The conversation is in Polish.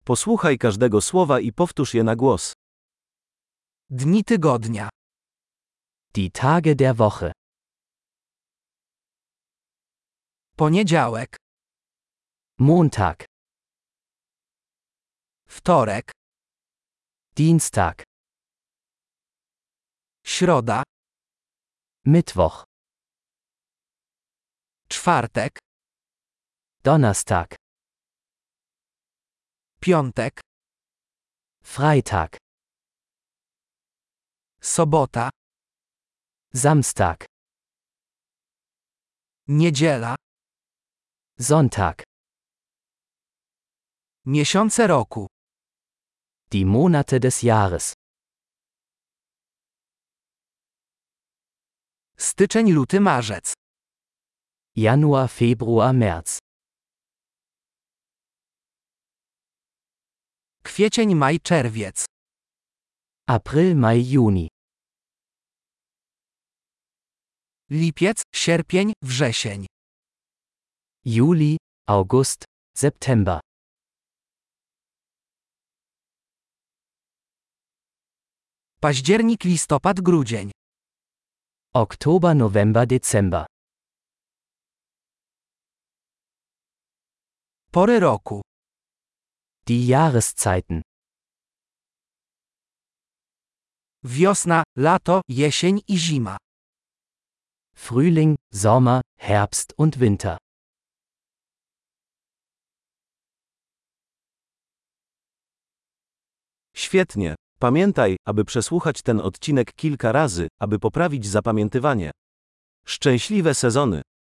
Posłuchaj każdego słowa i powtórz je na głos. Dni tygodnia. Die Tage der Woche. Poniedziałek. Montag, Wtorek. Dienstag, Środa. Mittwoch, Czwartek. Donnerstag, Piątek. Freitag, Sobota. Samstag, Niedziela. Sonntag. Miesiące roku. Die Monate des Jahres. Styczeń, luty, marzec. Januar, Februar, März. Kwiecień, maj, czerwiec. April, Mai, Juni. Lipiec, sierpień, wrzesień. Juli, August, September. Październik, listopad, grudzień. Oktober, November, Dezember. Pory roku. Die Jahreszeiten. Wiosna, lato, jesień i zima. Frühling, Sommer, Herbst und Winter. Świetnie. Pamiętaj, aby przesłuchać ten odcinek kilka razy, aby poprawić zapamiętywanie. Szczęśliwe sezony!